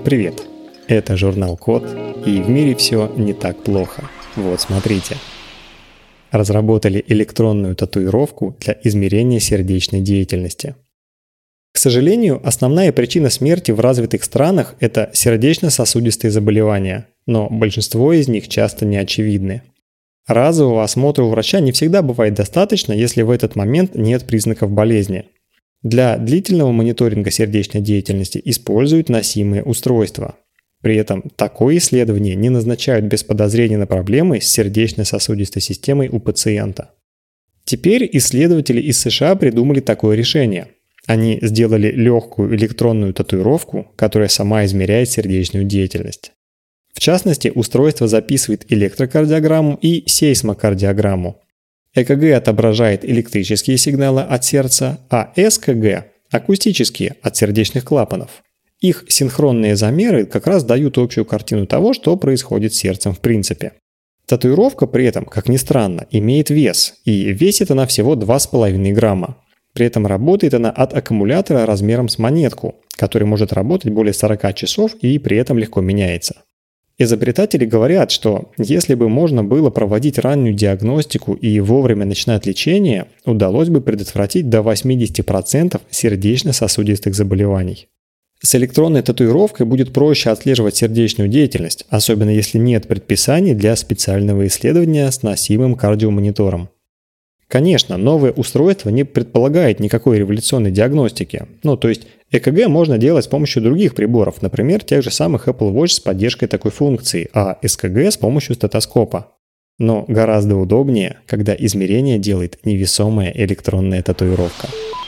Привет! Это журнал Код, и в мире все не так плохо. Вот смотрите. Разработали электронную татуировку для измерения сердечной деятельности. К сожалению, основная причина смерти в развитых странах – это сердечно-сосудистые заболевания, но большинство из них часто не очевидны. Разового осмотра у врача не всегда бывает достаточно, если в этот момент нет признаков болезни. Для длительного мониторинга сердечной деятельности используют носимые устройства. При этом такое исследование не назначают без подозрения на проблемы с сердечно-сосудистой системой у пациента. Теперь исследователи из США придумали такое решение. Они сделали легкую электронную татуировку, которая сама измеряет сердечную деятельность. В частности, устройство записывает электрокардиограмму и сейсмокардиограмму. ЭКГ отображает электрические сигналы от сердца, а СКГ – акустические от сердечных клапанов. Их синхронные замеры как раз дают общую картину того, что происходит с сердцем в принципе. Татуировка при этом, как ни странно, имеет вес, и весит она всего 2,5 грамма. При этом работает она от аккумулятора размером с монетку, который может работать более 40 часов и при этом легко меняется. Изобретатели говорят, что если бы можно было проводить раннюю диагностику и вовремя начинать лечение, удалось бы предотвратить до 80% сердечно-сосудистых заболеваний. С электронной татуировкой будет проще отслеживать сердечную деятельность, особенно если нет предписаний для специального исследования с носимым кардиомонитором. Конечно, новое устройство не предполагает никакой революционной диагностики. То есть ЭКГ можно делать с помощью других приборов, например, тех же самых Apple Watch с поддержкой такой функции, а СКГ с помощью стетоскопа. Но гораздо удобнее, когда измерение делает невесомая электронная татуировка.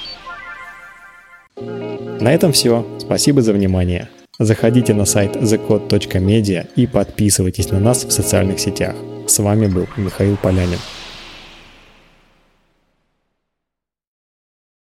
На этом все. Спасибо за внимание. Заходите на сайт thecode.media и подписывайтесь на нас в социальных сетях. С вами был Михаил Полянин.